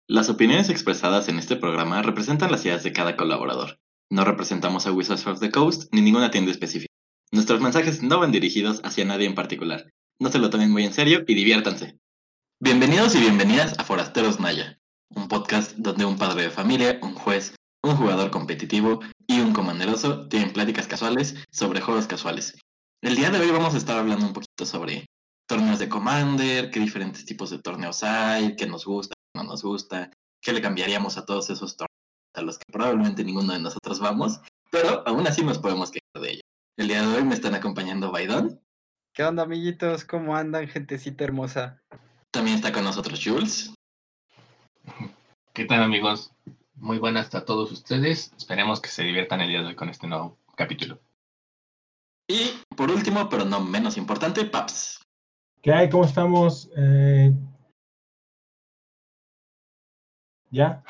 Las opiniones expresadas en este programa representan las ideas de cada colaborador. No representamos a Wizards of the Coast ni ninguna tienda específica. Nuestros mensajes no van dirigidos hacia nadie en particular. No se lo tomen muy en serio y diviértanse. Bienvenidos y bienvenidas a Forasteros Naya, un podcast donde un padre de familia, un juez, un jugador competitivo y un comanderoso tienen pláticas casuales sobre juegos casuales. El día de hoy vamos a estar hablando un poquito sobre torneos de Commander, qué diferentes tipos de torneos hay, qué nos gusta, qué no nos gusta, qué le cambiaríamos a todos esos torneos a los que probablemente ninguno de nosotros vamos, pero aún así nos podemos quejar de ello. El día de hoy me están acompañando Baidón. ¿Qué onda, amiguitos? ¿Cómo andan, gentecita hermosa? También está con nosotros Jules. ¿Qué tal, amigos? Muy buenas a todos ustedes. Esperemos que se diviertan el día de hoy con este nuevo capítulo. Y por último, pero no menos importante, Paps. ¿Qué hay? ¿Cómo estamos? ¿Ya?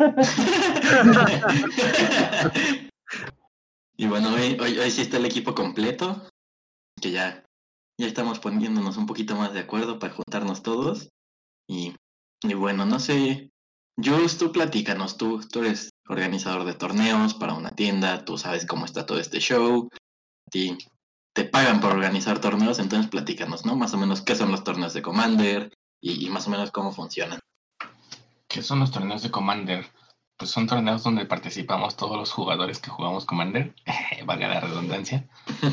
Y bueno, hoy sí está el equipo completo, que ya estamos poniéndonos un poquito más de acuerdo para juntarnos todos. Y bueno, no sé, Jules, tú platícanos, tú eres organizador de torneos para una tienda, tú sabes cómo está todo este show, a ti te pagan por organizar torneos, entonces platícanos, ¿no? Más o menos qué son los torneos de Commander y más o menos cómo funcionan. ¿Qué son los torneos de Commander? Pues son torneos donde participamos todos los jugadores que jugamos Commander, valga la redundancia.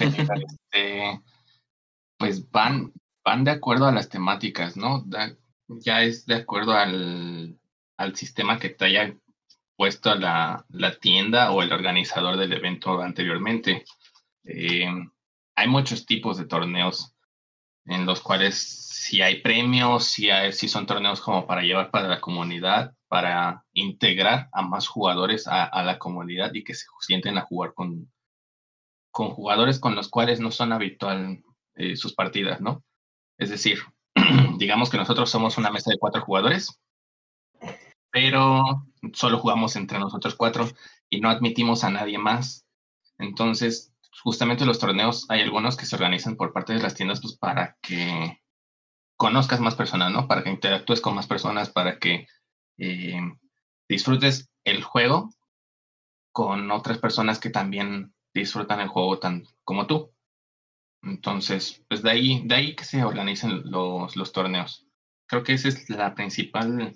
Pues van de acuerdo a las temáticas, ¿no? Ya es de acuerdo al sistema que te haya puesto la tienda o el organizador del evento anteriormente. Hay muchos tipos de torneos en los cuales si hay premios, si son torneos como para llevar para la comunidad, para integrar a más jugadores a la comunidad y que se sienten a jugar con jugadores con los cuales no son habitual sus partidas, ¿no? Es decir, digamos que nosotros somos una mesa de 4 jugadores, pero solo jugamos entre nosotros 4 y no admitimos a nadie más. Entonces, justamente los torneos, hay algunos que se organizan por parte de las tiendas pues, para que conozcas más personas, ¿no? Para que interactúes con más personas, para que disfrutes el juego con otras personas que también disfrutan el juego tan como tú. Entonces, pues de ahí que se organizan los torneos. Creo que esa es la principal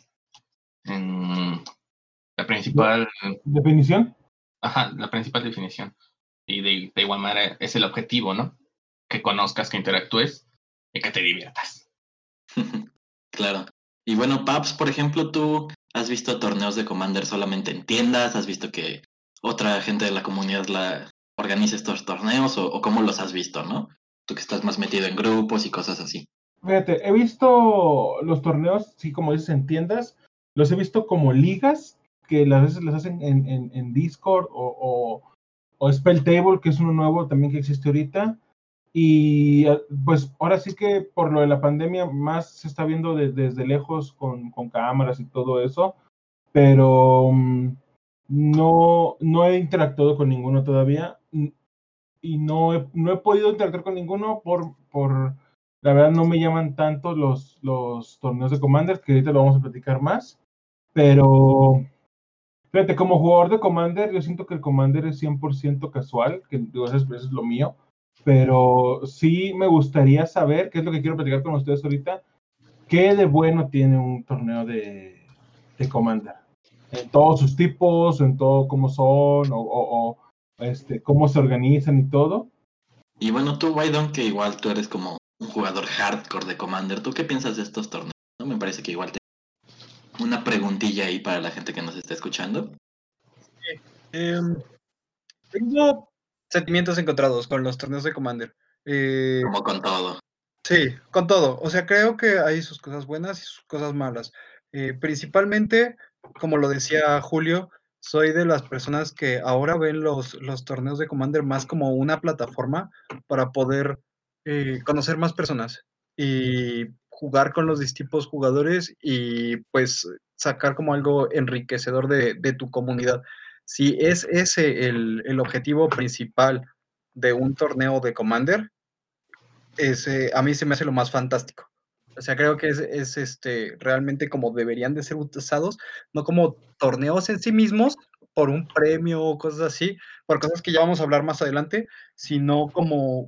¿Definición? Ajá, la principal definición. Y de igual manera es el objetivo, ¿no? Que conozcas, que interactúes y que te diviertas. Claro. Y bueno, Paps, por ejemplo, ¿tú has visto torneos de Commander solamente en tiendas? ¿Has visto que otra gente de la comunidad organiza estos torneos? ¿O cómo los has visto, no? Tú que estás más metido en grupos y cosas así. Fíjate, he visto los torneos, sí, como dices, en tiendas. Los he visto como ligas, que a veces las hacen en Discord o Spell Table, que es uno nuevo también que existe ahorita. Y pues ahora sí que por lo de la pandemia más se está viendo desde lejos con cámaras y todo eso, pero no he interactuado con ninguno todavía y no he podido interactuar con ninguno por la verdad no me llaman tanto los torneos de Commander, que ahorita lo vamos a platicar más, pero fíjate, como jugador de Commander, yo siento que el Commander es 100% casual, que digo, eso es lo mío, pero sí me gustaría saber, qué es lo que quiero platicar con ustedes ahorita, qué de bueno tiene un torneo de Commander. En todos sus tipos, en todo cómo son, cómo se organizan y todo. Y bueno, tú, Baidon, que igual tú eres como un jugador hardcore de Commander, ¿tú qué piensas de estos torneos? ¿No? Me parece que igual una preguntilla ahí para la gente que nos está escuchando. Tengo sentimientos encontrados con los torneos de Commander. Como con todo. Sí, con todo. O sea, creo que hay sus cosas buenas y sus cosas malas. Principalmente, como lo decía Julio, soy de las personas que ahora ven los torneos de Commander más como una plataforma para poder conocer más personas y jugar con los distintos jugadores y pues sacar como algo enriquecedor de tu comunidad. Si es ese el objetivo principal de un torneo de Commander, a mí se me hace lo más fantástico, O sea, creo que es realmente como deberían de ser usados, no como torneos en sí mismos, por un premio o cosas así, por cosas que ya vamos a hablar más adelante, sino como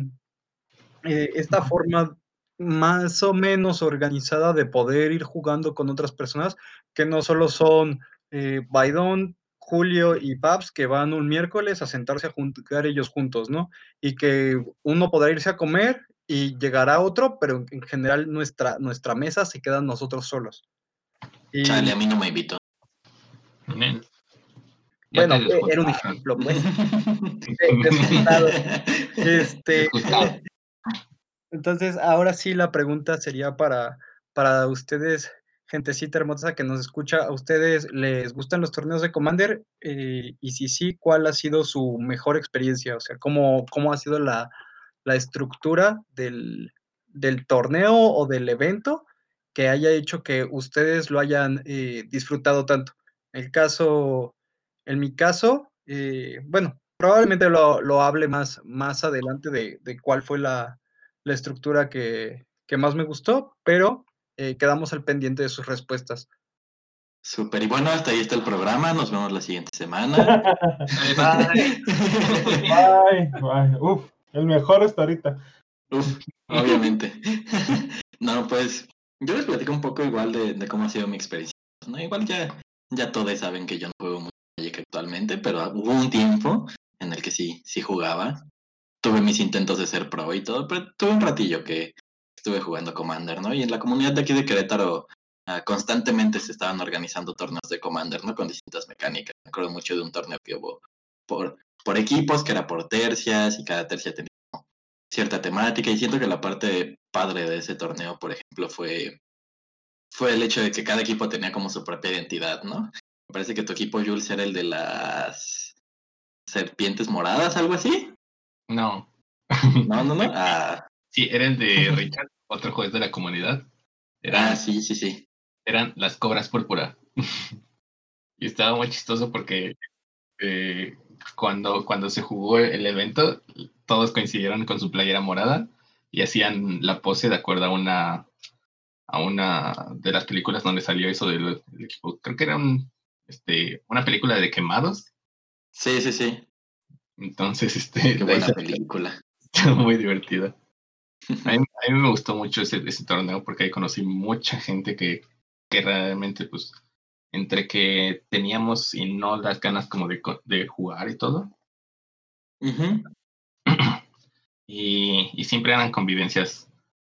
esta forma más o menos organizada de poder ir jugando con otras personas, que no solo son, Baidón, Julio y Paps, que van un miércoles a sentarse a jugar ellos juntos, ¿no? Y que uno podrá irse a comer y llegará otro, pero en general nuestra mesa se queda nosotros solos. Y Chale, a mí no me invitó. Nen, ya bueno, te era un desjuzgaron. ejemplo, pues, desjuntado. Este, Desjuzgado. entonces, ahora sí la pregunta sería para ustedes, gentecita hermosa que nos escucha, ¿a ustedes les gustan los torneos de Commander? Y si sí, ¿cuál ha sido su mejor experiencia? O sea, ¿cómo ha sido la estructura del torneo o del evento que haya hecho que ustedes lo hayan, disfrutado tanto? En mi caso, bueno, probablemente lo hable más adelante de cuál fue la estructura que más me gustó, pero, quedamos al pendiente de sus respuestas. Súper, y bueno, hasta ahí está el programa. Nos vemos la siguiente semana. Bye, bye. Bye, bye. Uf, el mejor hasta ahorita. Uf, obviamente. No, pues yo les platico un poco igual de cómo ha sido mi experiencia, ¿no? Igual ya todos saben que yo no juego mucho Magic actualmente, pero hubo un tiempo en el que sí jugaba. Tuve mis intentos de ser pro y todo, pero tuve un ratillo que estuve jugando Commander, ¿no? Y en la comunidad de aquí de Querétaro constantemente se estaban organizando torneos de Commander, ¿no? Con distintas mecánicas. Me acuerdo mucho de un torneo que hubo por equipos, que era por tercias, y cada tercia tenía cierta temática, y siento que la parte padre de ese torneo, por ejemplo, fue el hecho de que cada equipo tenía como su propia identidad, ¿no? Me parece que tu equipo, Jules, era el de las serpientes moradas, algo así. No. No. Ah, Sí, era el de Richard, otro juez de la comunidad. sí. Eran las cobras púrpura. Y estaba muy chistoso porque cuando se jugó el evento, todos coincidieron con su playera morada y hacían la pose de acuerdo a una de las películas donde salió eso del equipo. Creo que era una película de quemados. Sí. Entonces, Qué ahí buena película. estuvo muy divertida. A mí me gustó mucho ese torneo porque ahí conocí mucha gente que realmente, pues, entre que teníamos y no las ganas como de jugar y todo. Ujú. Y siempre eran convivencias,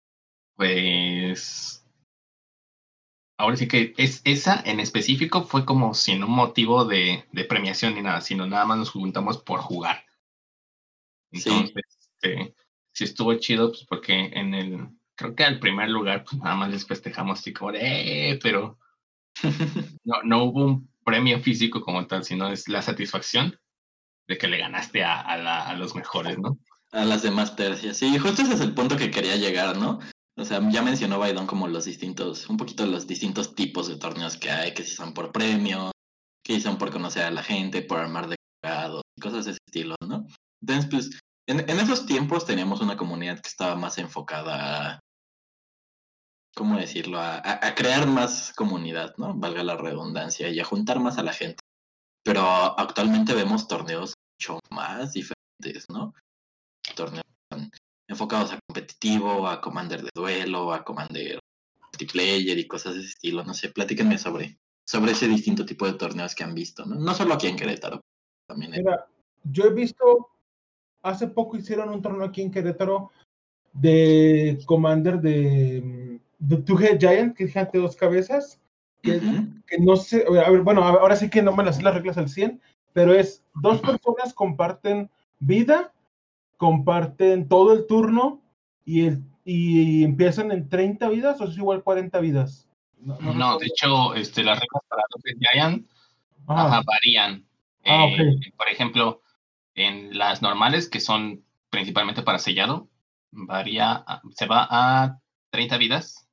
pues, ahora sí que esa en específico fue como sin un motivo de premiación ni nada, sino nada más nos juntamos por jugar. Sí. Entonces, sí estuvo chido, pues porque creo que al primer lugar, pues nada más les festejamos así como de, pero no hubo un premio físico como tal, sino es la satisfacción de que le ganaste a los mejores, ¿no? A las demás tercias. Sí, justo ese es el punto que quería llegar, ¿no? O sea, ya mencionó Baidón como un poquito los distintos tipos de torneos que hay, que si son por premio, que si son por conocer a la gente, por armar de jugados, cosas de ese estilo, ¿no? Entonces, pues, en esos tiempos teníamos una comunidad que estaba más enfocada a, ¿cómo decirlo? A crear más comunidad, ¿no? Valga la redundancia, y a juntar más a la gente. Pero actualmente vemos torneos mucho más diferentes, ¿no? Torneos enfocados a competitivo, a Commander de duelo, a Commander multiplayer y cosas de ese estilo. No sé, platíquenme sobre ese distinto tipo de torneos que han visto, ¿no? No solo aquí en Querétaro, también en... Mira, yo he visto, hace poco hicieron un torneo aquí en Querétaro de Commander de Two-Head Giant, que es gigante de dos cabezas, que no sé, a ver, bueno, ahora sí que no me las sé las reglas al 100, pero es dos personas comparten vida, comparten todo el turno y empiezan en 30 vidas o es igual 40 vidas. No, de hecho, las reglas para los Giant varían. Ok. Por ejemplo, en las normales, que son principalmente para sellado, se va a 30 vidas.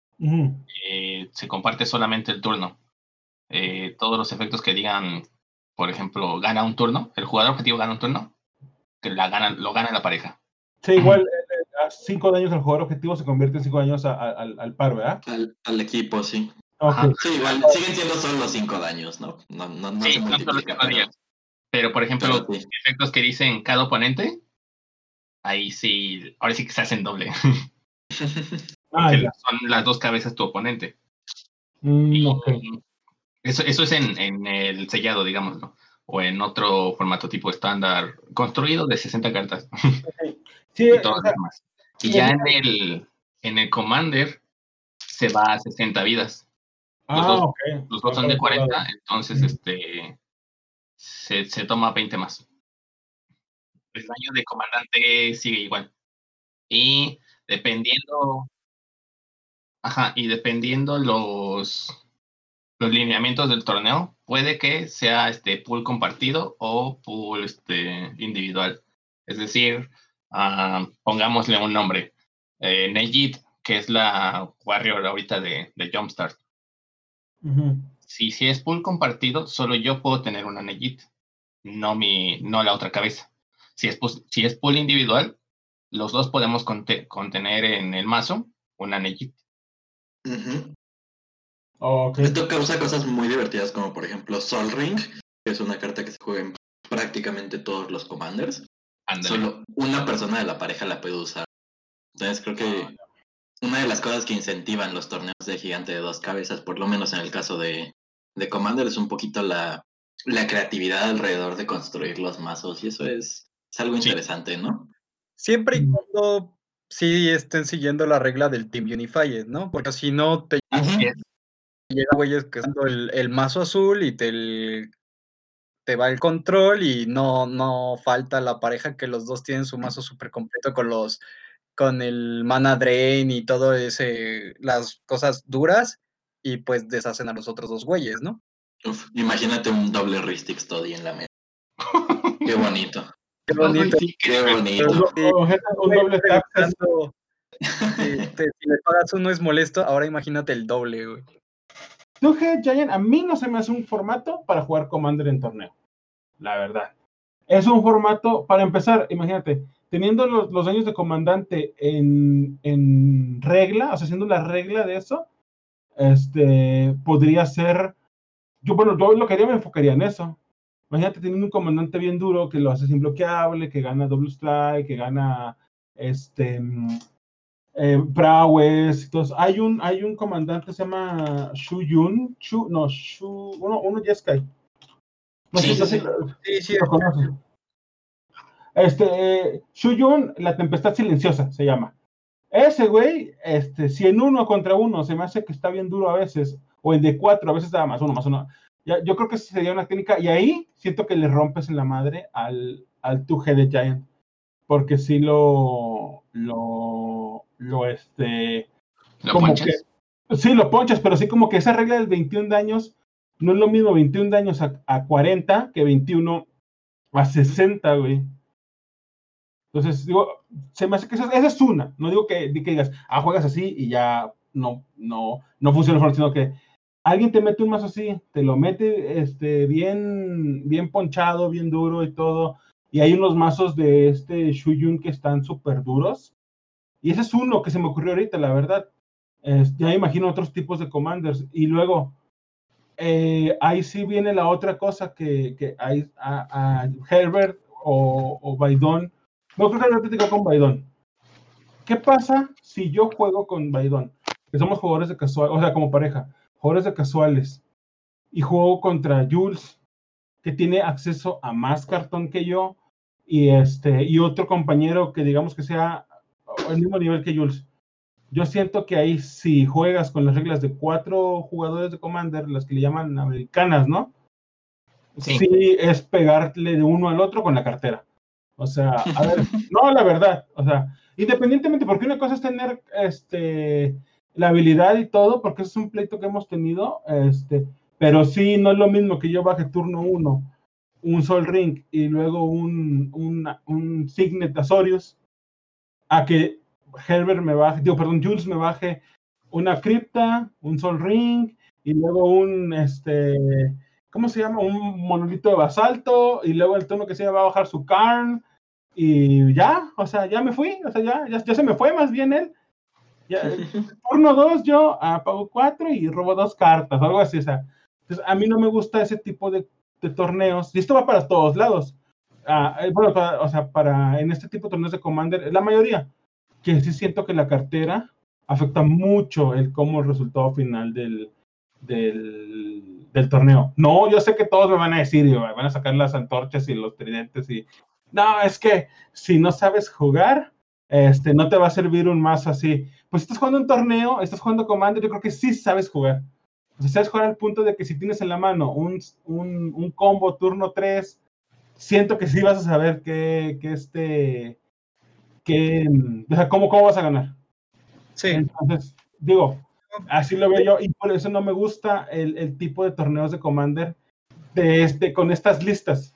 Se comparte solamente el turno. Todos los efectos que digan, por ejemplo, gana un turno, el jugador objetivo gana un turno, que lo gana la pareja. Sí, igual, da 5 daños al jugador objetivo, se convierte en 5 daños al par, ¿verdad? Al equipo, sí. Ok. Sí, igual siguen siendo solo 5 daños, ¿no? No Sí, se son solo multiplica, 5 días. Pero, por ejemplo, pero los sí. efectos que dicen cada oponente, ahí sí, ahora sí que se hacen doble. Porque Ya. son las 2 cabezas tu oponente. Ok. Eso es en el sellado, digámoslo. O en otro formato tipo estándar, construido de 60 cartas. Sí, Y todo o lo sea, demás. Y ya en el Commander se va a 60 vidas. ok. Los dos Va son para de otro lado. 40, entonces se toma 20 más. El daño de comandante sigue igual. Y dependiendo, los lineamientos del torneo, puede que sea pool compartido o pool individual. Es decir, pongámosle un nombre. Nejit, que es la Warrior ahorita de Jumpstart. Si es pool compartido, solo yo puedo tener una Nejit, no la otra cabeza. Si es pool individual, los dos podemos contener en el mazo una Nejit. Ok. Esto causa cosas muy divertidas, como por ejemplo Sol Ring, que es una carta que se juega en prácticamente todos los commanders. Ándale. Solo una persona de la pareja la puede usar. Entonces creo que una de las cosas que incentivan los torneos de gigante de 2 cabezas, por lo menos en el caso de Commander, es un poquito la creatividad alrededor de construir los mazos, y eso es algo interesante, ¿no? Siempre y cuando sí estén siguiendo la regla del Team Unified, ¿no? Porque si no te Así es. llega güeyes que usando el mazo azul y te va el control y no falta la pareja que los dos tienen su mazo súper completo con el mana drain y todo las cosas duras, y pues deshacen a los otros 2 güeyes, ¿no? Imagínate un doble Rhystic Study en la mesa. Qué bonito. Qué bonito. Qué bonito. Un doble tap. Si le pagas uno es molesto, ahora imagínate el doble, güey. Two-Headed Giant a mí no se me hace un formato para jugar Commander en torneo, la verdad. Es un formato, para empezar, imagínate, teniendo los daños de comandante en regla, o sea, haciendo la regla de eso, podría ser, yo lo que haría me enfocaría en eso. Imagínate teniendo un comandante bien duro que lo hace imbloqueable, que gana double strike, que gana prowess. Entonces, hay un comandante, se llama Shu Yun, uno Jeskai. No sé si lo conoces. Shu Yun, la tempestad silenciosa se llama. Ese güey, si en 1 contra 1 se me hace que está bien duro a veces, o en D4 a veces da más uno. Yo creo que esa sería una técnica, y ahí siento que le rompes en la madre al Two-Headed Giant, porque sí ¿Lo como ponchas? que, sí lo ponchas, pero sí como que esa regla del 21 daños, no es lo mismo 21 daños a 40 que 21 a 60, güey. Entonces, digo, se me hace que esa es una. No digo que digas, juegas así y ya no funciona mejor, sino que alguien te mete un mazo así, te lo mete bien ponchado, bien duro y todo. Y hay unos mazos de Shu Yun que están súper duros. Y ese es uno que se me ocurrió ahorita, la verdad. Ya me imagino otros tipos de commanders. Y luego, ahí sí viene la otra cosa que hay a Herbert o Baidón. No creo que lo platico con Baidón. ¿Qué pasa si yo juego con Baidón? Que somos jugadores de casual, o sea, como pareja, jugadores de casuales, y juego contra Jules, que tiene acceso a más cartón que yo, y otro compañero que digamos que sea al mismo nivel que Jules. Yo siento que ahí si juegas con las reglas de 4 jugadores de Commander, las que le llaman americanas, ¿no? Sí es pegarle de uno al otro con la cartera. O sea, a ver, no, la verdad, o sea, independientemente, porque una cosa es tener la habilidad y todo, porque eso es un pleito que hemos tenido, pero sí, no es lo mismo que yo baje turno 1, un Sol Ring y luego un Signet Azorius, a que Herbert me baje, Jules me baje una cripta, un Sol Ring, y luego ¿cómo se llama? Un monolito de basalto, y luego el turno que se va a bajar su Karn, Y ya, o sea, ya me fui, o sea, ya se me fue más bien él. Ya, turno 2 yo pago 4 y robo 2 cartas, algo así, o sea. Entonces, a mí no me gusta ese tipo de torneos, y esto va para todos lados. Bueno, o sea, en este tipo de torneos de Commander, la mayoría, que sí siento que la cartera afecta mucho como el resultado final del torneo. No, yo sé que todos me van a decir, van a sacar las antorchas y los tridentes y... No, es que si no sabes jugar, no te va a servir un mazo así. Pues si estás jugando un torneo, estás jugando Commander, yo creo que sí sabes jugar. O sea, sabes jugar al punto de que si tienes en la mano un combo turno 3, siento que sí vas a saber o sea, ¿cómo vas a ganar? Sí. Entonces, digo, así lo veo yo, y por eso no me gusta el tipo de torneos de Commander con estas listas.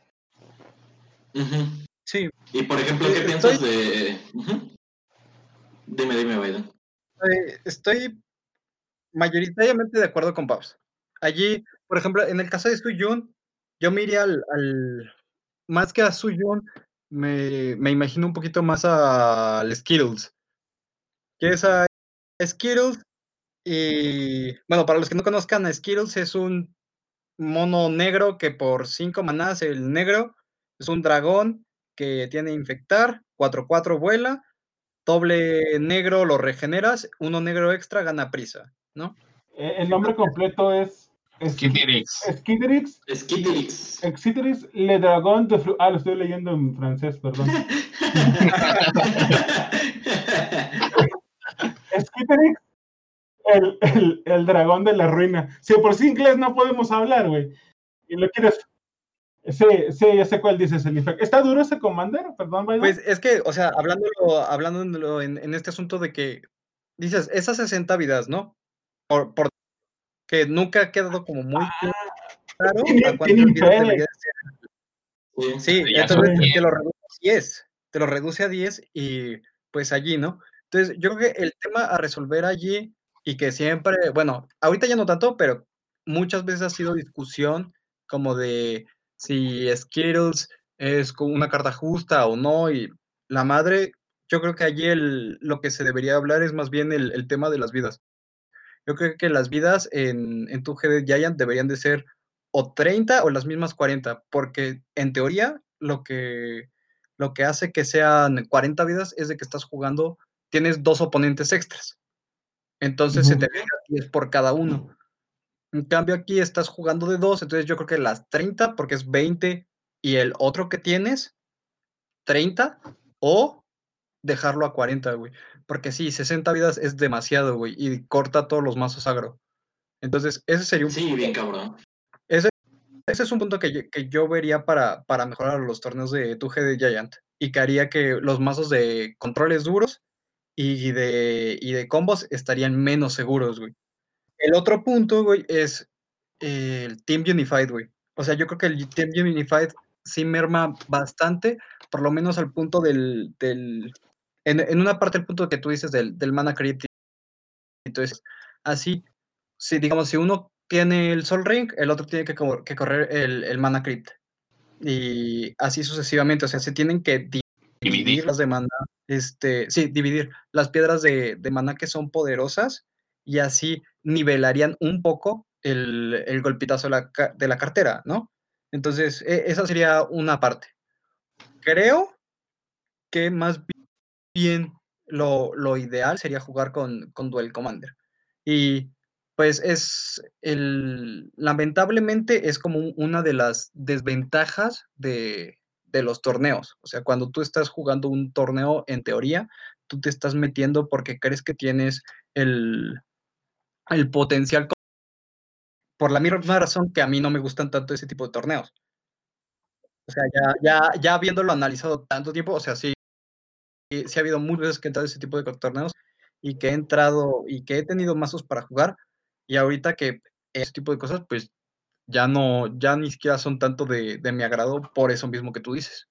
Sí. Y por ejemplo, ¿qué piensas de...? Dime, Biden. Estoy mayoritariamente de acuerdo con Paus. Allí, por ejemplo, en el caso de Suyun, yo me iría más que a Suyun, me imagino un poquito más al Skittles. Que es a Skittles, y bueno, para los que no conozcan, a Skittles es un mono negro que por 5 manás, el negro es un dragón que tiene infectar, 4/4 vuela, doble negro lo regeneras, 1 negro extra gana prisa, ¿no? El nombre completo es Skitterix. Skitterix Le Dragon de Flu. Lo estoy leyendo en francés, perdón. Skitterix, el dragón de la ruina. Si por sí inglés no podemos hablar, güey. Y lo quieres... Sí, ya sé cuál dices, el efecto. ¿Está duro ese Commander? Perdón, Biden. Pues es que, o sea, hablándolo en este asunto de que dices, esas 60 vidas, ¿no? Por que nunca ha quedado como muy claro a cuántas vidas debería ser. Sí, entonces te lo reduce a 10. Te lo reduce a 10 y pues allí, ¿no? Entonces, yo creo que el tema a resolver allí y que siempre, bueno, ahorita ya no tanto, pero muchas veces ha sido discusión como de si Skittles es como una carta justa o no, y la madre, yo creo que allí lo que se debería hablar es más bien el tema de las vidas. Yo creo que las vidas en tu GD Giant deberían de ser o 30 o las mismas 40, porque en teoría lo que hace que sean 40 vidas es de que estás jugando, tienes 2 oponentes extras. Entonces se te agrega 10 por cada uno. En cambio aquí estás jugando de 2, entonces yo creo que las 30, porque es 20, y el otro que tienes, 30, o dejarlo a 40, güey. Porque sí, 60 vidas es demasiado, güey, y corta todos los mazos agro. Entonces, ese sería un... Sí, bien cabrón. Ese es un punto que yo vería para mejorar los torneos de 2G de Giant, y que haría que los mazos de controles duros y de combos estarían menos seguros, güey. El otro punto, güey, es el Team Unified, güey. O sea, yo creo que el Team Unified sí merma bastante, por lo menos al punto en una parte del punto que tú dices del mana creep. Entonces, así, si digamos, si uno tiene el Sol Ring, el otro tiene que correr el Mana Crypt. Y así sucesivamente, o sea, se tienen que dividir las de mana, dividir las piedras de mana que son poderosas, y así nivelarían un poco el golpitazo de la cartera, ¿no? Entonces, esa sería una parte. Creo que más bien lo ideal sería jugar con Duel Commander. Y pues lamentablemente es como una de las desventajas de los torneos. O sea, cuando tú estás jugando un torneo, en teoría, tú te estás metiendo porque crees que tienes el potencial, por la misma razón que a mí no me gustan tanto ese tipo de torneos. O sea, ya habiéndolo analizado tanto tiempo, o sea, sí ha habido muchas veces que he entrado a ese tipo de torneos y que he entrado y que he tenido mazos para jugar, y ahorita que ese tipo de cosas, pues ya ni siquiera son tanto de mi agrado, por eso mismo que tú dices.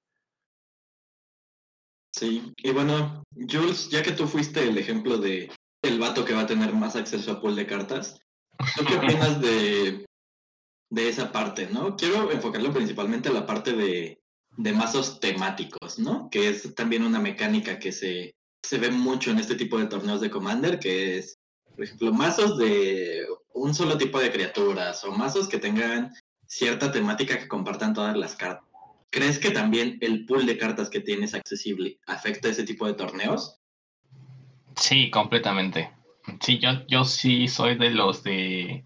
Sí, y bueno, Jules, ya que tú fuiste el ejemplo de el vato que va a tener más acceso a pool de cartas, ¿tú qué opinas de esa parte, no? Quiero enfocarlo principalmente a la parte de de mazos temáticos, ¿no? Que es también una mecánica que se ve mucho en este tipo de torneos de Commander, que es, por ejemplo, mazos de un solo tipo de criaturas o mazos que tengan cierta temática que compartan todas las cartas. ¿Crees que también el pool de cartas que tienes accesible afecta ese tipo de torneos? Sí, completamente. Sí, yo sí soy de los de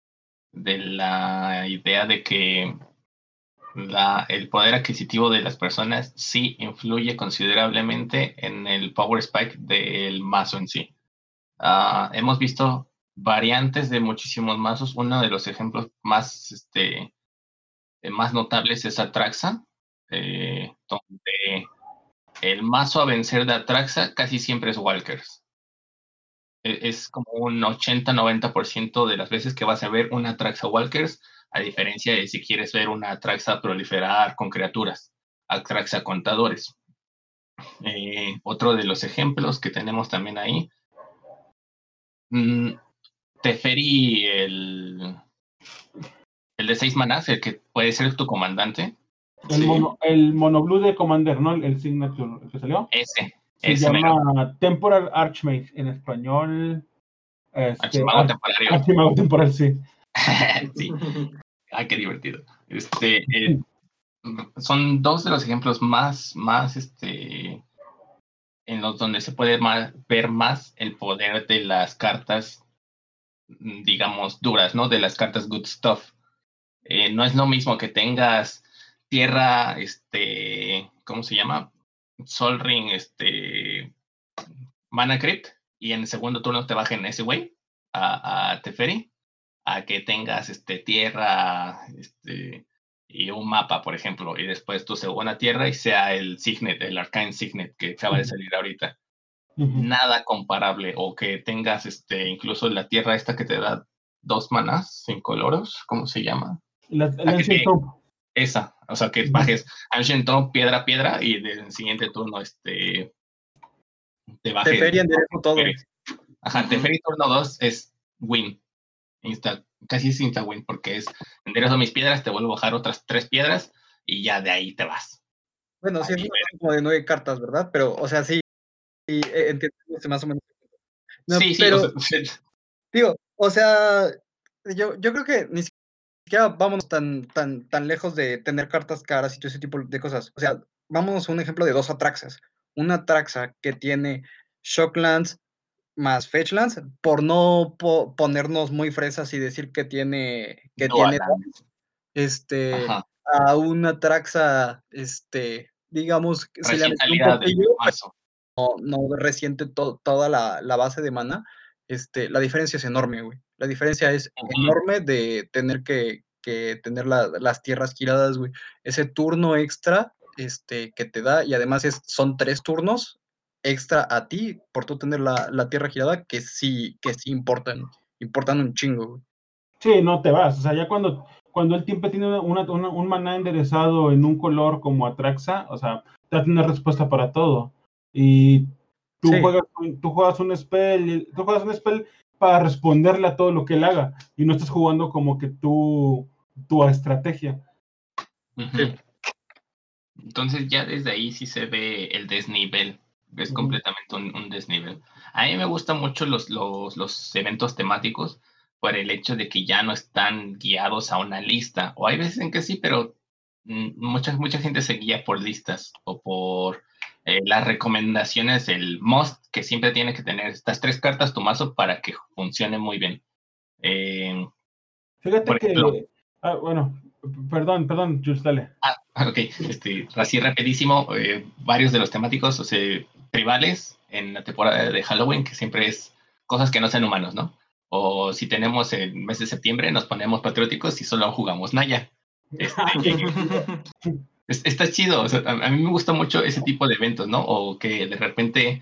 la idea de que el poder adquisitivo de las personas sí influye considerablemente en el power spike del mazo en sí. Hemos visto variantes de muchísimos mazos. Uno de los ejemplos más notables es Atraxa, donde el mazo a vencer de Atraxa casi siempre es Walkers. Es como un 80-90% de las veces que vas a ver una Atraxa Walkers, a diferencia de si quieres ver una Atraxa proliferar con criaturas, Atraxa contadores. Otro de los ejemplos que tenemos también ahí, Teferi, el de 6 manás, el que puede ser tu comandante. El mono blue de Commander, ¿no? El signature, el que salió. Se llama Temporal Archmage en español. Archimago temporario. Archimago temporal, sí. Sí. Ay, qué divertido. Son dos de los ejemplos más en los donde se puede ver más el poder de las cartas, digamos, duras, ¿no? De las cartas good stuff. No es lo mismo que tengas tierra, ¿cómo se llama? Sol Ring, Mana Crypt, y en el segundo turno te bajen ese güey a Teferi, a que tengas tierra, y un mapa, por ejemplo, y después tu segunda tierra y sea el Signet, el Arcane Signet que acaba de salir ahorita. Nada comparable, o que tengas incluso la tierra esta que te da 2 manás, 5 loros, ¿cómo se llama? Ancient Tomb. Esa, o sea, que bajes Ancient Tomb, piedra, y del siguiente turno te bajes. Teferi enderezo todo. Ajá, Teferi turno 2 es win. Casi es insta win, porque es enderezo mis piedras, te vuelvo a bajar otras 3 piedras y ya de ahí te vas. Bueno, sí, es una cosa como de 9 cartas, ¿verdad? Pero, o sea, sí, entiendo más o menos. No, sí, pero, o sea, digo, o sea, yo creo que ni siquiera vámonos tan lejos de tener cartas caras y todo ese tipo de cosas. O sea, vámonos a un ejemplo de 2 Atraxas. Una Atraxa que tiene Shocklands más Fetchlands, por no ponernos muy fresas y decir que tiene a una Atraxa, digamos, si le metí un poquillo, no resiente toda la base de mana, la diferencia es enorme, güey. La diferencia es enorme de tener que tener las tierras giradas, güey. Ese turno extra que te da, y además son 3 turnos extra a ti por tú tener la tierra girada, que sí importan un chingo, güey. Sí, no te vas. O sea, ya cuando el tiempo tiene un maná enderezado en un color como Atraxa, o sea, te va a tener respuesta para todo. Y tú juegas un spell para responderle a todo lo que él haga, y no estás jugando como que tu estrategia. Sí. Entonces ya desde ahí sí se ve el desnivel, es completamente un desnivel. A mí me gustan mucho los eventos temáticos por el hecho de que ya no están guiados a una lista, o hay veces en que sí, pero mucha gente se guía por listas o por las recomendaciones, el must que siempre tiene que tener estas 3 cartas tu mazo para que funcione muy bien. Fíjate que, bueno, perdón, Jules, dale. Ok, así rapidísimo, varios de los temáticos, tribales en la temporada de Halloween, que siempre es cosas que no sean humanos, ¿no? O si tenemos el mes de septiembre, nos ponemos patrióticos y solo jugamos Naya. Está chido, o sea, a mí me gusta mucho ese tipo de eventos, ¿no? O que de repente,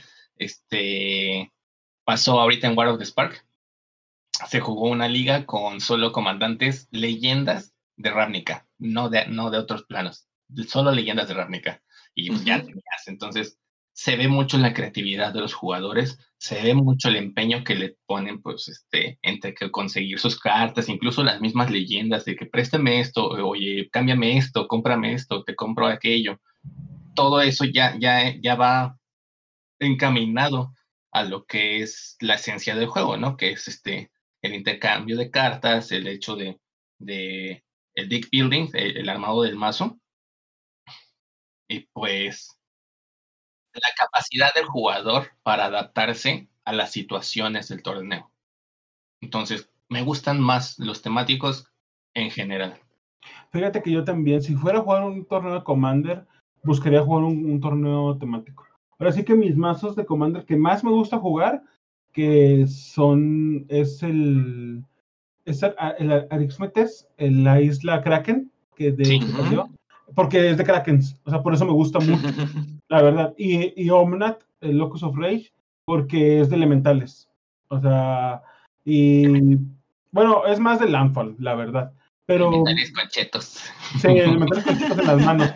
pasó ahorita en War of the Spark, se jugó una liga con solo comandantes leyendas de Ravnica, no de otros planos, solo leyendas de Ravnica, y pues ya tenías. Entonces, se ve mucho la creatividad de los jugadores, se ve mucho el empeño que le ponen, pues, entre que conseguir sus cartas, incluso las mismas leyendas de que préstame esto, oye, cámbiame esto, cómprame esto, te compro aquello. Todo eso ya va encaminado a lo que es la esencia del juego, ¿no? Que es el intercambio de cartas, el hecho de el deck building, el armado del mazo, y pues la capacidad del jugador para adaptarse a las situaciones del torneo. Entonces, me gustan más los temáticos en general. Fíjate que yo también, si fuera a jugar un torneo de Commander, buscaría jugar un torneo temático. Ahora sí que mis mazos de Commander que más me gusta jugar, que es el Arixmetes, la isla Kraken, que Sí. salió, porque es de Krakens, o sea, por eso me gusta mucho, la verdad. Y Omnat, el Locus of Rage, porque es de elementales. O sea, y bueno, es más de Landfall, la verdad. Pero Elementales conchetos. sí, elementales conchetos en las manos.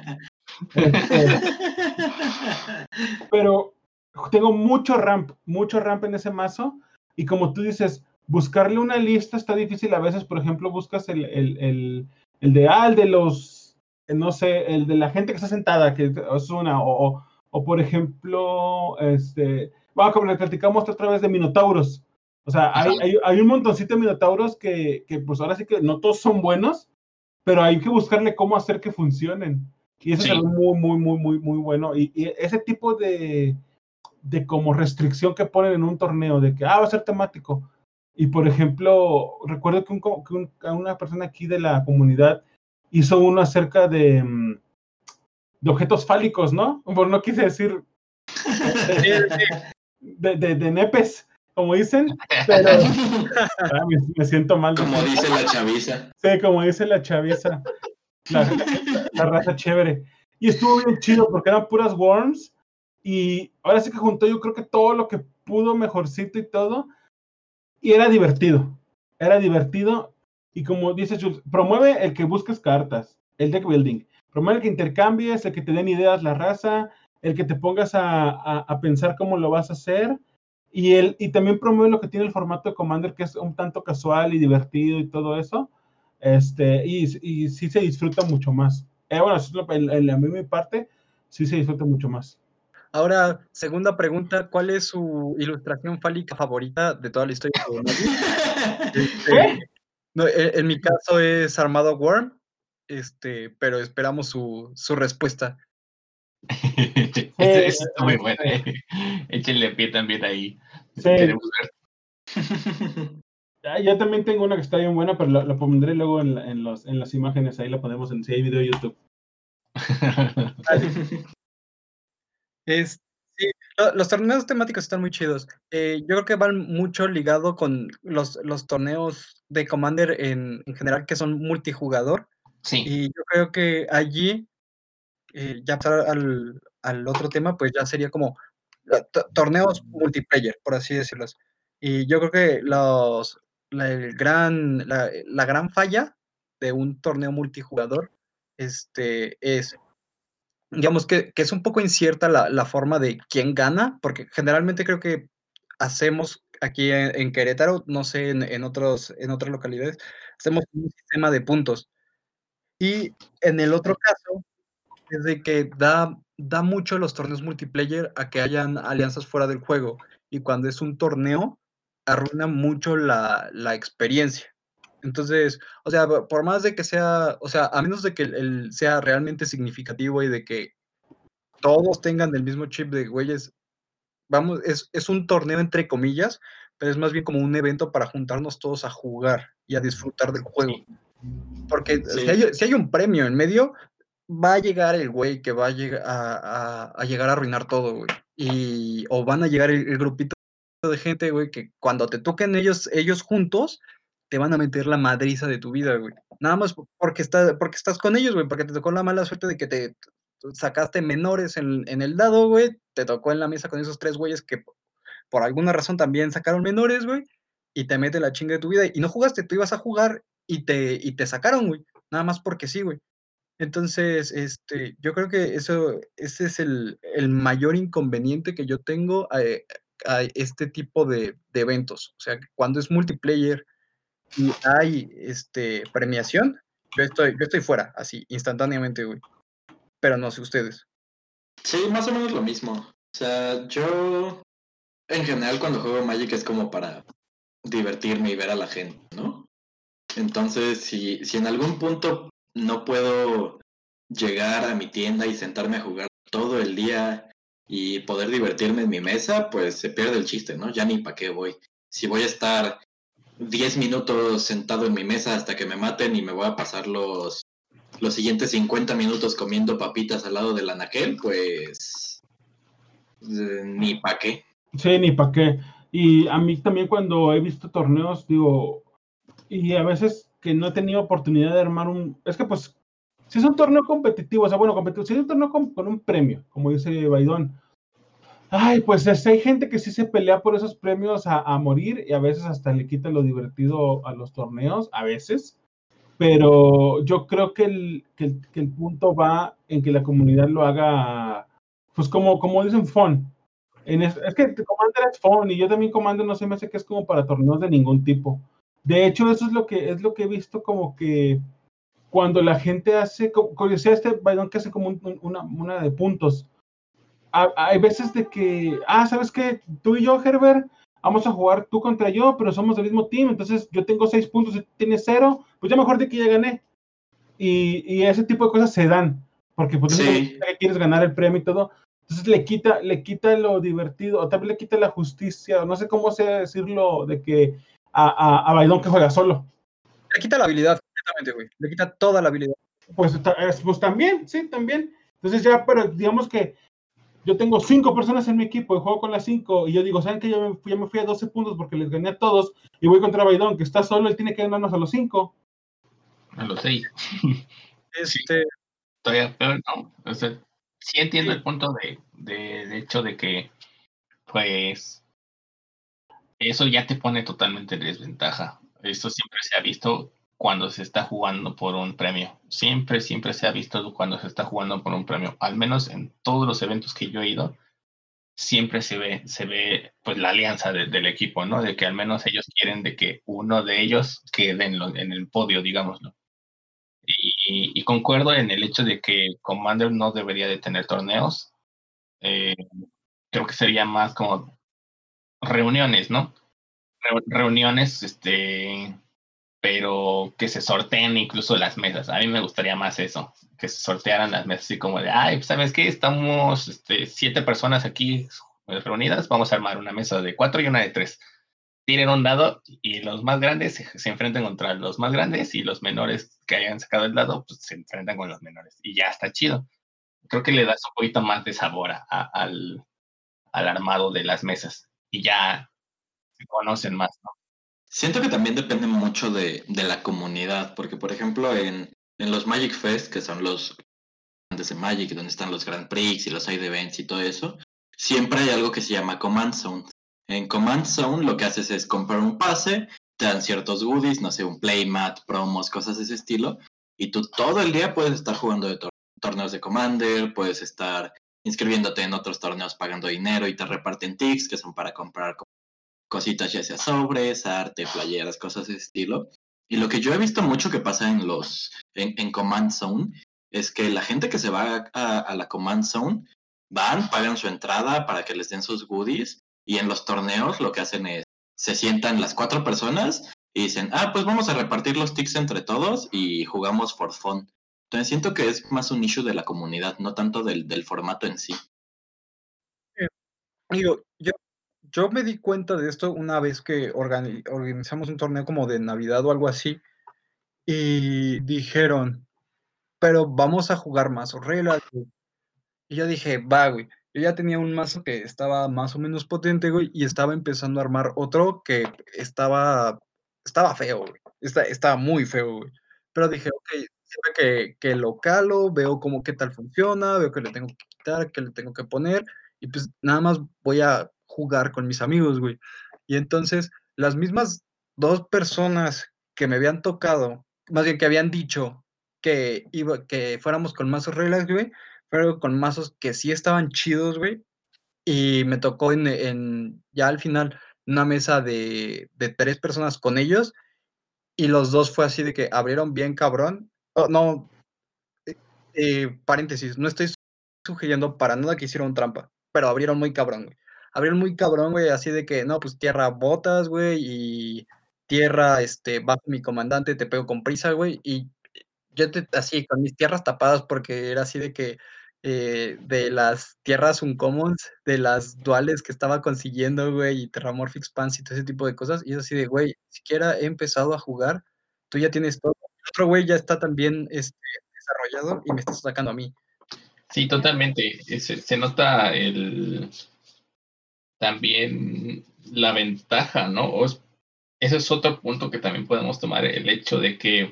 Pero tengo mucho ramp en ese mazo. Y como tú dices, buscarle una lista está difícil. A veces, por ejemplo, buscas el de los, no sé, el de la gente que está sentada, que es una, o por ejemplo, bueno, como le platicamos otra vez de Minotauros. O sea, hay un montoncito de Minotauros que pues ahora sí que no todos son buenos, pero hay que buscarle cómo hacer que funcionen. Y eso es algo muy bueno. Y ese tipo de como restricción que ponen en un torneo, de que, va a ser temático. Y por ejemplo, recuerdo que una persona aquí de la comunidad hizo uno acerca de objetos fálicos, ¿no? Bueno, no quise decir de nepes, como dicen, pero me siento mal. Como dice la chaviza. Sí, como dice la chaviza. La raza chévere. Y estuvo bien chido porque eran puras worms. Y ahora sí que juntó yo creo que todo lo que pudo mejorcito y todo. Y era divertido. Era divertido. Y como dice Jules, promueve el que busques cartas, el deck building. Promueve el que intercambies, el que te den ideas la raza, el que te pongas a pensar cómo lo vas a hacer. Y también promueve lo que tiene el formato de Commander, que es un tanto casual y divertido y todo eso. Y sí se disfruta mucho más. Bueno, a mí mi parte, sí se disfruta mucho más. Ahora, segunda pregunta, ¿cuál es su ilustración fálica favorita de toda la historia de Magic? No, en mi caso es Armado Worm, pero esperamos su respuesta. Ese está muy bueno. Échenle pie también ahí. Sí. Queremos ver. Yo también tengo una que está bien buena, pero la pondré luego en las imágenes. Ahí la ponemos si hay video de YouTube. Sí, los torneos temáticos están muy chidos. Yo creo que van mucho ligado con los torneos de Commander en general, que son multijugador. Sí. Y yo creo que allí, ya pasar al otro tema, pues ya sería como torneos multiplayer, por así decirlos. Y yo creo que la gran falla de un torneo multijugador es, digamos que es un poco incierta la forma de quién gana, porque generalmente creo que hacemos aquí en Querétaro, no sé, en otras localidades, hacemos un sistema de puntos. Y en el otro caso, es de que da mucho los torneos multiplayer a que hayan alianzas fuera del juego, y cuando es un torneo, arruina mucho la experiencia. Entonces, o sea, por más de que sea, o sea, a menos de que el sea realmente significativo y de que todos tengan el mismo chip de güeyes, vamos, es un torneo entre comillas, pero es más bien como un evento para juntarnos todos a jugar y a disfrutar del juego. Porque si hay un premio en medio, va a llegar el güey que va a llegar a arruinar todo, güey. O van a llegar el grupito de gente, güey, que cuando te toquen ellos juntos, te van a meter la madriza de tu vida, güey. Nada más porque estás con ellos, güey, porque te tocó la mala suerte de que te sacaste menores en el dado, güey. Te tocó en la mesa con esos 3 güeyes que por alguna razón también sacaron menores, güey, y te mete la chinga de tu vida. Y no jugaste, tú ibas a jugar y te sacaron, güey. Nada más porque sí, güey. Entonces, yo creo que ese es el mayor inconveniente que yo tengo a este tipo de eventos. O sea, cuando es multiplayer y hay, premiación, yo estoy fuera, así, instantáneamente, güey. Pero no sé ustedes. Sí, más o menos lo mismo. O sea, yo en general cuando juego Magic es como para divertirme y ver a la gente, ¿no? Entonces, si en algún punto no puedo llegar a mi tienda y sentarme a jugar todo el día y poder divertirme en mi mesa, pues se pierde el chiste, ¿no? Ya ni para qué voy. Si voy a estar 10 minutos sentado en mi mesa hasta que me maten y me voy a pasar los siguientes 50 minutos comiendo papitas al lado del anaquel, pues ni para qué. Sí, ni para qué. Y a mí también cuando he visto torneos, digo, y a veces que no he tenido oportunidad de armar es que pues, si es un torneo competitivo, o sea, bueno, competitivo, si es un torneo con un premio, como dice Baidón, ay, pues hay gente que sí se pelea por esos premios a morir y a veces hasta le quita lo divertido a los torneos, a veces, pero yo creo que el punto va en que la comunidad lo haga, pues como dicen, fun. Es que Commander es fun y yo también Commander no se me hace que es como para torneos de ningún tipo. De hecho, eso es lo que he visto como que cuando la gente hace, como decía Baidón, que hace como una de puntos. Hay veces de que, ¿sabes qué? Tú y yo, Herbert, vamos a jugar tú contra yo, pero somos del mismo team, entonces yo tengo 6 puntos y tú tienes 0, pues ya mejor de que ya gané. Y ese tipo de cosas se dan, porque pues Sí, que quieres ganar el premio y todo, entonces le quita lo divertido, o tal vez le quita la justicia, no sé cómo sea decirlo, de que a Baidón que juega solo. Le quita la habilidad completamente, güey. Le quita toda la habilidad. Pues también, sí, también. Entonces ya, pero digamos que yo tengo 5 personas en mi equipo y juego con las 5 y yo digo, ¿saben qué? Yo me fui a 12 puntos porque les gané a todos y voy contra Baidón, que está solo, él tiene que ganarnos a los 5. A los 6. Sí, Este, todavía peor, ¿no? O sea, sí entiendo sí, el punto de hecho de que, pues, eso ya te pone totalmente en desventaja. Eso siempre se ha visto cuando se está jugando por un premio. Siempre, siempre se ha visto cuando se está jugando por un premio. Al menos en todos los eventos que yo he ido, siempre se ve pues la alianza del equipo, ¿no? De que al menos ellos quieren de que uno de ellos quede en el podio, digámoslo. Y concuerdo en el hecho de que Commander no debería de tener torneos. Eh, Creo que sería más como reuniones, ¿no? Reuniones, pero que se sorteen incluso las mesas. A mí me gustaría más eso, que se sortearan las mesas, así como de, ay, pues, ¿sabes qué? Estamos 7 personas aquí reunidas, vamos a armar una mesa de 4 y una de 3. Tiren un dado y los más grandes se enfrentan contra los más grandes y los menores que hayan sacado el dado pues, se enfrentan con los menores. Y ya está chido. Creo que le das un poquito más de sabor al armado de las mesas y ya se conocen más, ¿no? siento que también depende mucho de la comunidad, porque por ejemplo en los Magic Fest, que son los grandes de Magic, donde están los Grand Prix y los side events y todo eso, siempre hay algo que se llama Command Zone. En Command Zone lo que haces es comprar un pase, te dan ciertos goodies, no sé, un playmat, promos, cosas de ese estilo, y tú todo el día puedes estar jugando de torneos de Commander, puedes estar inscribiéndote en otros torneos pagando dinero y te reparten tics que son para comprar cositas, ya sea sobres, arte, playeras, cosas de ese estilo. Y lo que yo he visto mucho que pasa en Command Zone es que la gente que se va a la Command Zone van, pagan su entrada para que les den sus goodies y en los torneos lo que hacen es se sientan las 4 personas y dicen, pues vamos a repartir los tics entre todos y jugamos for fun. Entonces siento que es más un issue de la comunidad, no tanto del formato en sí. digo, yo me di cuenta de esto una vez que organizamos un torneo como de Navidad o algo así, y dijeron, pero vamos a jugar mazo reglas, güey. Y yo dije, va, güey. Yo ya tenía un mazo que estaba más o menos potente, güey, y estaba empezando a armar otro que estaba feo, güey. Estaba muy feo, güey. Pero dije, ok, siempre que lo calo, veo cómo qué tal funciona, veo que le tengo que quitar, que le tengo que poner, y pues nada más voy a jugar con mis amigos, güey. Y entonces, las mismas 2 personas que me habían tocado, más bien que habían dicho que fuéramos con mazos reglas, güey, pero con mazos que sí estaban chidos, güey. Y me tocó ya al final una mesa de 3 personas con ellos, y los 2 fue así de que abrieron bien cabrón. Oh, no, paréntesis, no estoy sugiriendo para nada que hicieron trampa, pero abrieron muy cabrón, güey. Abrieron muy cabrón, güey, así de que, no, pues tierra botas, güey, y tierra, bajo mi comandante, te pego con prisa, güey, y yo así, con mis tierras tapadas, porque era así de que, de las tierras uncommons, de las duales que estaba consiguiendo, güey, y Terramorphic Spans y todo ese tipo de cosas, y es así de, güey, ni siquiera he empezado a jugar, tú ya tienes todo. El otro güey ya está también, desarrollado y me estás atacando a mí. Sí, totalmente. Se nota también la ventaja, ¿no? Ese es otro punto que también podemos tomar, el hecho de que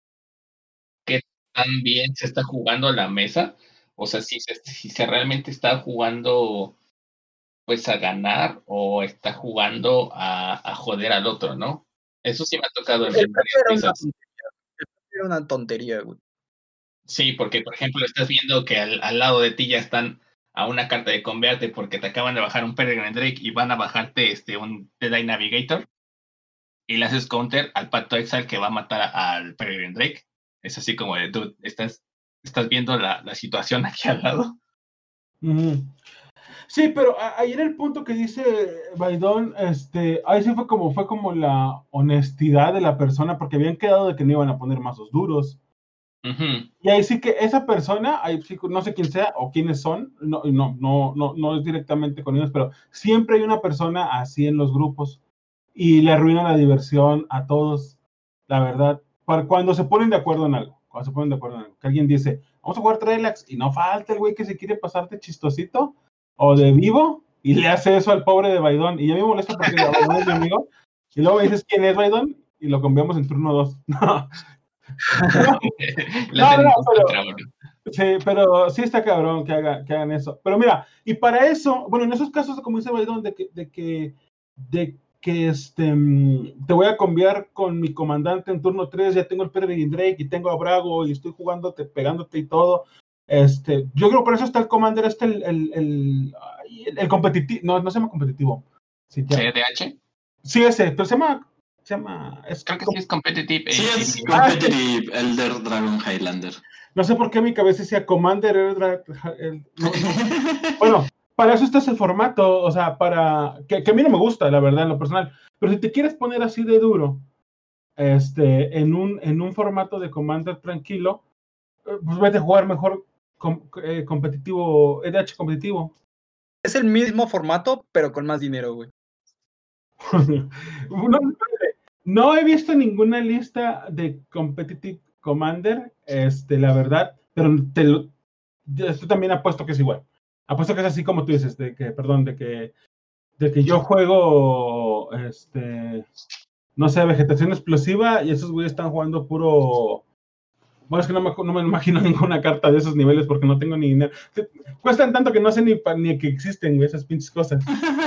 tan bien se está jugando la mesa. O sea, si se realmente está jugando pues a ganar o está jugando a joder al otro, ¿no? Eso sí me ha tocado en varias piezas. Era una tontería, güey. Sí, porque por ejemplo estás viendo que al lado de ti ya están a una carta de convierte porque te acaban de bajar un Peregrine Drake y van a bajarte un Deadeye Navigator y le haces counter al Pacto Exile que va a matar al Peregrine Drake. Es así como de, dude, estás viendo la situación aquí al lado. Ujú. Sí, pero ahí era el punto que dice Baidón, ahí sí fue como la honestidad de la persona, porque habían quedado de que no iban a poner mazos duros. Uh-huh. Y ahí sí que esa persona, ahí sí, no sé quién sea o quiénes son, no es directamente con ellos, pero siempre hay una persona así en los grupos y le arruina la diversión a todos, la verdad. Cuando se ponen de acuerdo en algo, que alguien dice, vamos a jugar Relax, y no falta el güey que se quiere pasarte chistosito o de vivo y le hace eso al pobre de Baidón. Y ya me molesta porque Baidón es mi amigo. Y luego me dices quién es Baidón y lo cambiamos en turno 2. Sí, pero sí está cabrón que hagan eso. Pero mira, y para eso, bueno, en esos casos, como dice Baidón, de que te voy a cambiar con mi comandante en turno 3, ya tengo el Peregrine Drake y tengo a Brago y estoy jugándote, pegándote y todo. Yo creo que por eso está el Commander, el competitivo, no se llama competitivo. Sí, ¿CDH? Sí, ese, pero se llama creo que sí es competitive. Sí, es competitive, Elder Dragon Highlander. No sé por qué mi cabeza decía Commander. Bueno, para eso está ese formato, o sea, que a mí no me gusta, la verdad, en lo personal. Pero si te quieres poner así de duro, en un formato de Commander tranquilo, pues vete a jugar mejor competitivo, EDH competitivo. Es el mismo formato, pero con más dinero, güey. No he visto ninguna lista de Competitive Commander, la verdad, pero esto también apuesto que es igual. Apuesto que es así como tú dices, de que yo juego, no sé, vegetación explosiva y esos güeyes están jugando puro... Bueno, es que no me imagino ninguna carta de esos niveles porque no tengo ni dinero. Cuestan tanto que no sé ni que existen, güey, esas pinches cosas.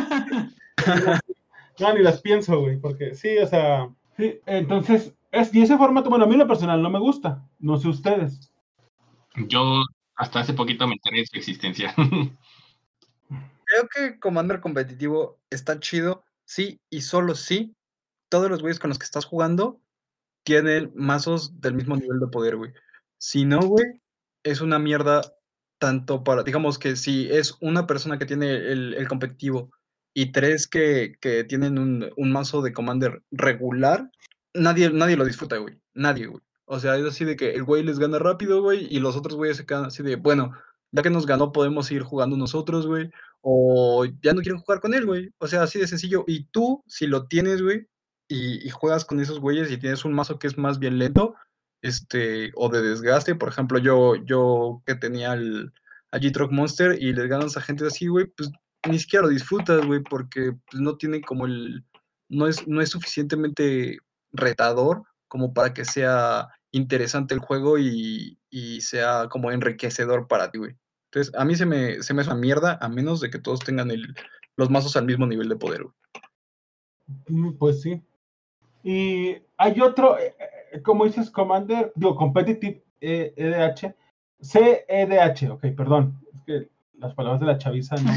No, ni las pienso, güey, porque sí, o sea... Sí, entonces, y ese formato, bueno, a mí en lo personal no me gusta, no sé ustedes. Yo hasta hace poquito me enteré de su existencia. Creo que Commander competitivo está chido, sí, y solo sí, todos los güeyes con los que estás jugando tienen mazos del mismo nivel de poder, güey. Si no, güey, es una mierda tanto para, digamos que si es una persona que tiene el competitivo y 3 que tienen un mazo de Commander regular, nadie lo disfruta, güey. Nadie, güey. O sea, es así de que el güey les gana rápido, güey, y los otros güeyes se quedan así de, bueno, ya que nos ganó, podemos seguir jugando nosotros, güey, o ya no quieren jugar con él, güey. O sea, así de sencillo. Y tú, si lo tienes, güey, y juegas con esos güeyes y tienes un mazo que es más bien lento, o de desgaste, por ejemplo, yo que tenía al G-Trock Monster y les ganas a gente así, güey, pues ni siquiera lo disfrutas, güey, porque pues, no tiene como no es suficientemente retador como para que sea interesante el juego y sea como enriquecedor para ti, güey. Entonces, a mí se me hace una mierda, a menos de que todos tengan los mazos al mismo nivel de poder, güey. Pues sí. Y hay otro, como dices, Commander, competitive, CEDH. CEDH, ok, perdón. Es que las palabras de la chaviza no.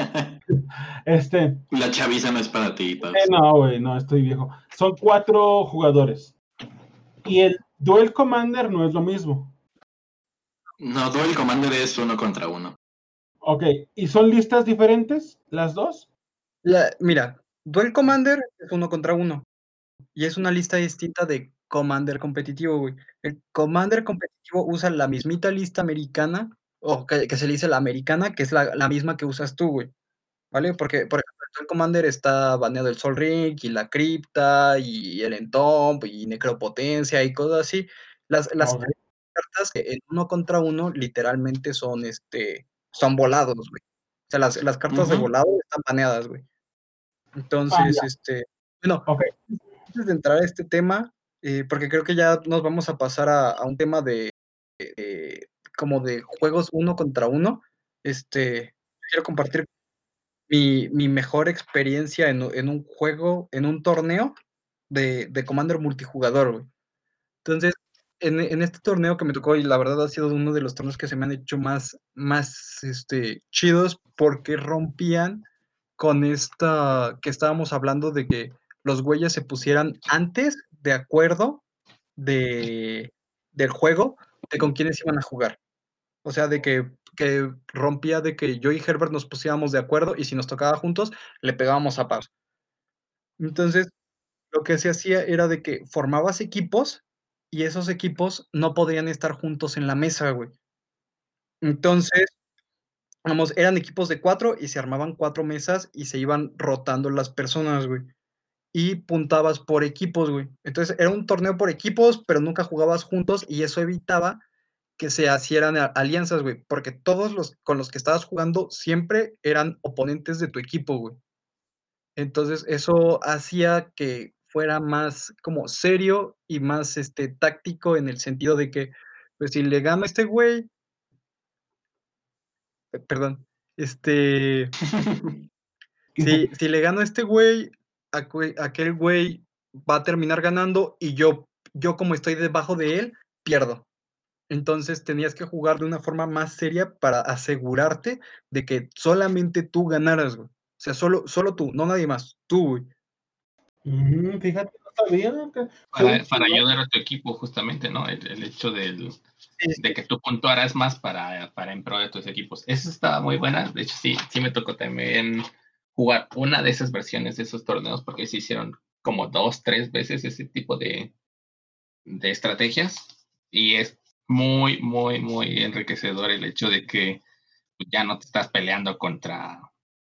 La chaviza no es para ti, Paus. No, güey, no, estoy viejo. Son 4 jugadores. Y el Duel Commander no es lo mismo. No, Duel Commander es 1 contra 1. Ok, ¿y son listas diferentes las dos? Mira, Duel Commander es 1 contra 1. Y es una lista distinta de Commander competitivo, güey. El Commander competitivo usa la mismita lista americana, o que se le dice la americana, que es la misma que usas tú, güey. ¿Vale? Porque, por ejemplo, en Duel Commander está baneado el Sol Ring, y la Cripta, y el Entomb, y Necropotencia, y cosas así. Las Ok. cartas que en 1 contra 1 literalmente son volados, güey. O sea, las cartas de Ujú. volado están baneadas, güey. Entonces, bueno, Ok. antes de entrar a este tema, porque creo que ya nos vamos a pasar a un tema de como de juegos 1 contra 1, quiero compartir mi mejor experiencia en un juego, en un torneo de Commander multijugador, güey. Entonces, en este torneo que me tocó, y la verdad ha sido uno de los torneos que se me han hecho más chidos, porque rompían con esta que estábamos hablando de que los güeyes se pusieran antes de acuerdo del juego, de con quiénes iban a jugar. O sea, de que rompía de que yo y Herbert nos pusiéramos de acuerdo, y si nos tocaba juntos, le pegábamos a palos. Entonces, lo que se hacía era de que formabas equipos, y esos equipos no podían estar juntos en la mesa, güey. Entonces, vamos, eran equipos de 4 y se armaban 4 mesas y se iban rotando las personas, güey. Y puntabas por equipos, güey. Entonces, era un torneo por equipos, pero nunca jugabas juntos, y eso evitaba que se hicieran alianzas, güey, porque todos los con los que estabas jugando siempre eran oponentes de tu equipo, güey. Entonces, eso hacía que fuera más como serio y más, táctico, en el sentido de que, pues, si le gano a este güey, perdón, si le gano a este güey, aquel güey va a terminar ganando, y yo como estoy debajo de él, pierdo. Entonces, tenías que jugar de una forma más seria para asegurarte de que solamente tú ganaras, güey. O sea, solo tú, no nadie más, tú, güey. Fíjate, no sabía que Para ayudar a tu equipo, justamente, ¿no? El hecho de que tú puntuaras más para en pro de tus equipos. Eso estaba muy buena. De hecho, sí me tocó también jugar una de esas versiones de esos torneos, porque se hicieron como 2, 3 veces ese tipo de estrategias. Y es muy, muy, muy enriquecedor el hecho de que ya no te estás peleando contra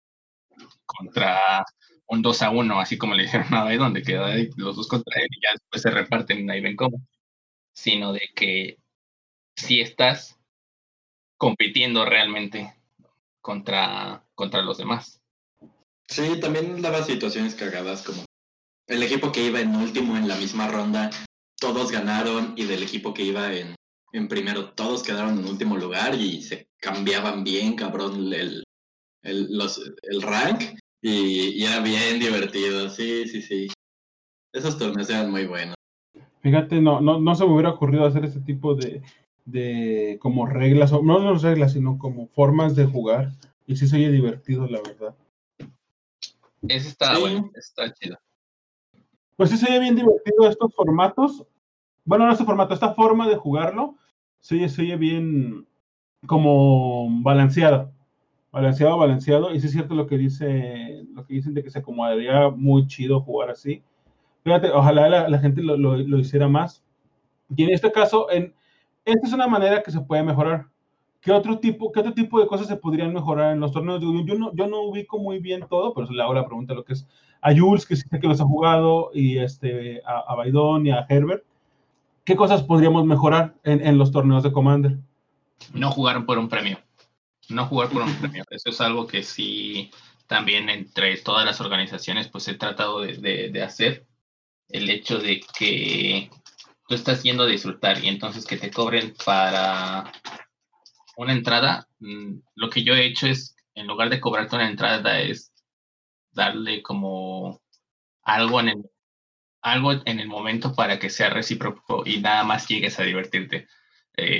un 2-1, así como le hicieron a Bay, donde queda los dos contra él y ya después se reparten ahí ven cómo, sino de que si estás compitiendo realmente contra los demás. Sí, también daba situaciones cagadas, como el equipo que iba en último en la misma ronda, todos ganaron, y del equipo que iba en primero, todos quedaron en último lugar, y se cambiaban bien, cabrón, el rank, y era bien divertido, sí. Esos torneos eran muy buenos. Fíjate, no se me hubiera ocurrido hacer ese tipo de como reglas, o no reglas, sino como formas de jugar. Y sí se oye divertido, la verdad. Ese está Sí. bueno, está chido. Pues sí se oye bien divertido estos formatos. Bueno, no este formato, esta forma de jugarlo se oye bien como balanceado. Balanceado. Y sí es cierto lo que dicen de que se acomodaría muy chido jugar así. Fíjate, ojalá la gente lo hiciera más. Y en este caso, esta es una manera que se puede mejorar. ¿Qué otro tipo de cosas se podrían mejorar en los torneos? Yo no ubico muy bien todo, pero le hago la pregunta a lo que es a Jules, que sí sé que los ha jugado, y a Baidón y a Herbert. ¿Qué cosas podríamos mejorar en los torneos de Commander? No jugar por un premio. Eso es algo que sí también entre todas las organizaciones pues he tratado de hacer. El hecho de que tú estás yendo a disfrutar y entonces que te cobren para una entrada, lo que yo he hecho es, en lugar de cobrarte una entrada, es darle como algo en el momento para que sea recíproco y nada más llegues a divertirte.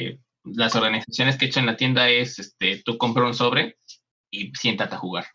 las organizaciones que he hecho en la tienda es, tú compras un sobre y siéntate a jugar.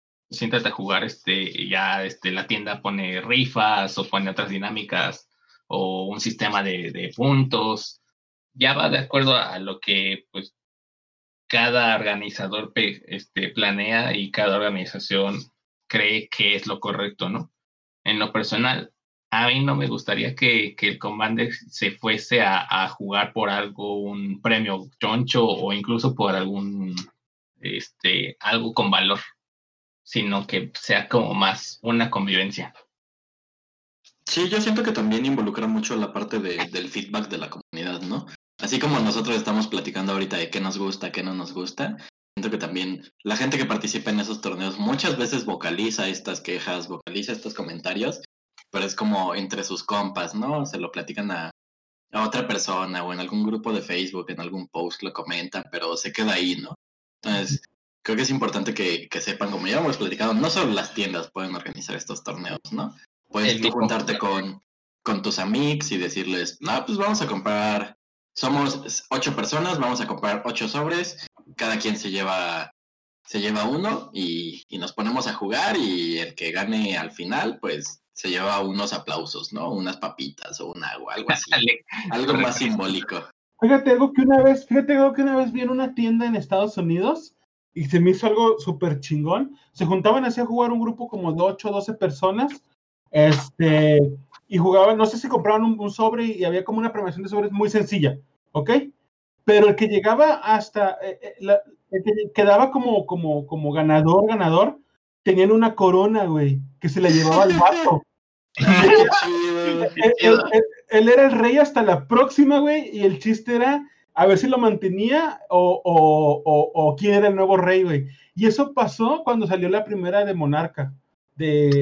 Ya la tienda pone rifas o pone otras dinámicas o un sistema de puntos. Ya va de acuerdo a lo que pues cada organizador planea y cada organización cree que es lo correcto, ¿no? En lo personal, a mí no me gustaría que el Commander se fuese a jugar por un premio choncho o incluso por algo con valor, sino que sea como más una convivencia. Sí, yo siento que también involucra mucho la parte del feedback de la comunidad, ¿no? Así como nosotros estamos platicando ahorita de qué nos gusta, qué no nos gusta, siento que también la gente que participa en esos torneos muchas veces vocaliza estas quejas, vocaliza estos comentarios, pero es como entre sus compas, ¿no? Se lo platican a otra persona o en algún grupo de Facebook, en algún post lo comentan, pero se queda ahí, ¿no? Entonces, creo que es importante que sepan, como ya hemos platicado, no solo las tiendas pueden organizar estos torneos, ¿no? Puedes tú juntarte con tus amigos y decirles, no, pues vamos a comprar, somos 8 personas, vamos a comprar 8 sobres, cada quien se lleva uno y nos ponemos a jugar y el que gane al final, pues se lleva unos aplausos, ¿no? Unas papitas o un agua, algo así. Algo más simbólico. Fíjate algo que una vez vi en una tienda en Estados Unidos y se me hizo algo súper chingón. Se juntaban así a jugar un grupo como de 8 o 12 personas. Y jugaban, no sé si compraban un sobre y había como una premiación de sobres muy sencilla, ¿ok? Pero el que llegaba hasta, el que quedaba como ganador, tenían una corona, güey, que se le llevaba al vato. Él era el rey hasta la próxima, güey, y el chiste era a ver si lo mantenía o quién era el nuevo rey, güey. Y eso pasó cuando salió la primera de Monarca. Sí.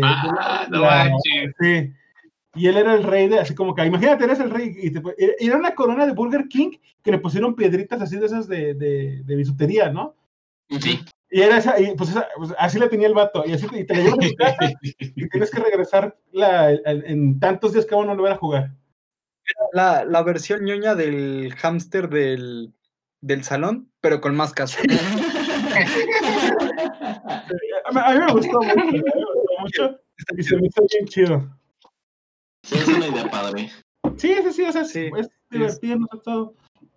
Y él era el rey así como que, imagínate, eres el rey, y era una corona de Burger King que le pusieron piedritas así de esas de bisutería, ¿no? Sí. Y era esa, pues así la tenía el vato, y así te la llevas a tu casa y tienes que regresar en tantos días que van a volver a jugar. La versión ñoña del hámster del salón, pero con más caso. A mí me gustó mucho, y se me hizo bien chido. Sí, es una idea padre. Sí, o sea, sí, es divertido, no todo.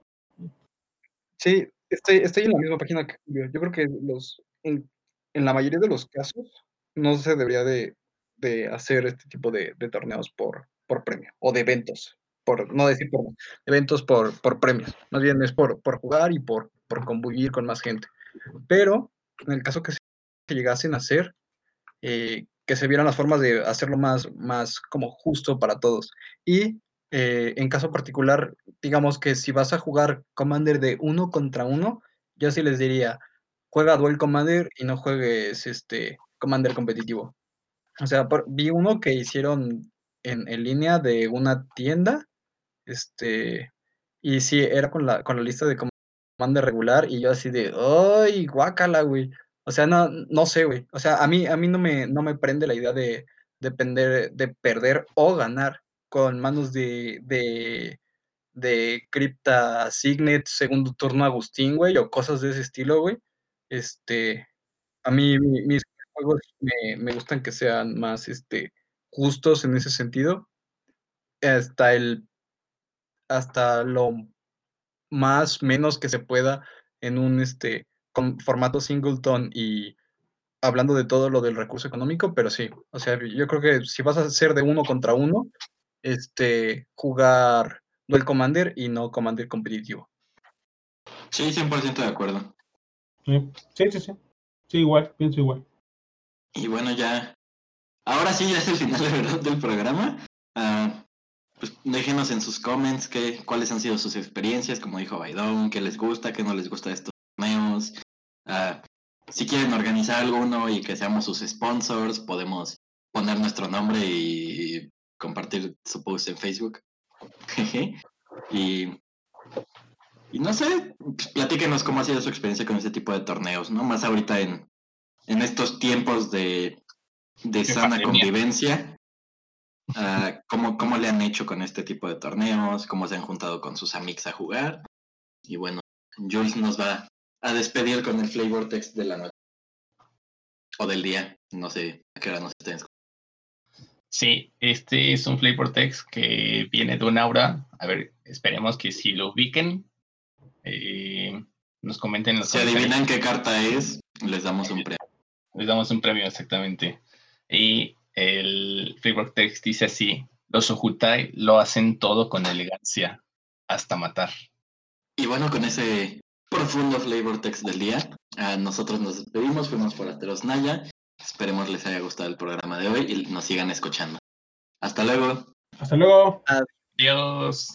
Sí, estoy en la misma página que Julio. Yo creo que en la mayoría de los casos no se debería de hacer este tipo de torneos por premio, o de eventos, no decir por eventos por premios. Más bien es por jugar y por convivir con más gente. Pero en el caso que se llegasen a hacer, que se vieran las formas de hacerlo más como justo para todos. Y en caso particular, digamos que si vas a jugar Commander de 1 contra 1, yo sí les diría, juega Duel Commander y no juegues Commander competitivo. O sea, vi uno que hicieron en línea de una tienda, y sí, era con la lista de Commander regular, y yo así de, ¡ay, guácala, güey! O sea, no sé, güey. O sea, a mí no me prende la idea de perder o ganar con manos de Crypta Signet, segundo turno Agustín, güey, o cosas de ese estilo, güey. A mí mis juegos me gustan que sean más justos en ese sentido. Hasta lo más menos que se pueda en un con formato singleton y hablando de todo lo del recurso económico, pero sí, o sea, yo creo que si vas a hacer de 1 contra 1, jugar Duel Commander y no Commander competitivo. Sí, 100% de acuerdo. Sí. Sí, igual, pienso igual. Y bueno, ahora sí ya es el final de verdad del programa. Pues déjenos en sus comments cuáles han sido sus experiencias, como dijo Baidón, qué les gusta, qué no les gusta de estos torneos. Si quieren organizar alguno y que seamos sus sponsors, podemos poner nuestro nombre y compartir su post en Facebook. y no sé, pues platíquenos cómo ha sido su experiencia con este tipo de torneos, ¿no? Más ahorita en estos tiempos de sana convivencia. ¿Cómo le han hecho con este tipo de torneos? ¿Cómo se han juntado con sus amigos a jugar? Y bueno, Jules nos va a despedir con el flavor text de la noche. O del día, no sé a qué hora nos estén escuchando. Sí, este es un flavor text que viene de un aura. A ver, esperemos que si lo ubiquen, nos comenten en los Si adivinan qué carta es, les damos un premio. Les damos un premio, exactamente. Y el flavor text dice así: los Ojutai lo hacen todo con elegancia, hasta matar. Y bueno, con ese profundo flavor text del día, nosotros nos despedimos, fuimos Forasteros Naya. Esperemos les haya gustado el programa de hoy y nos sigan escuchando. Hasta luego. Hasta luego. Adiós.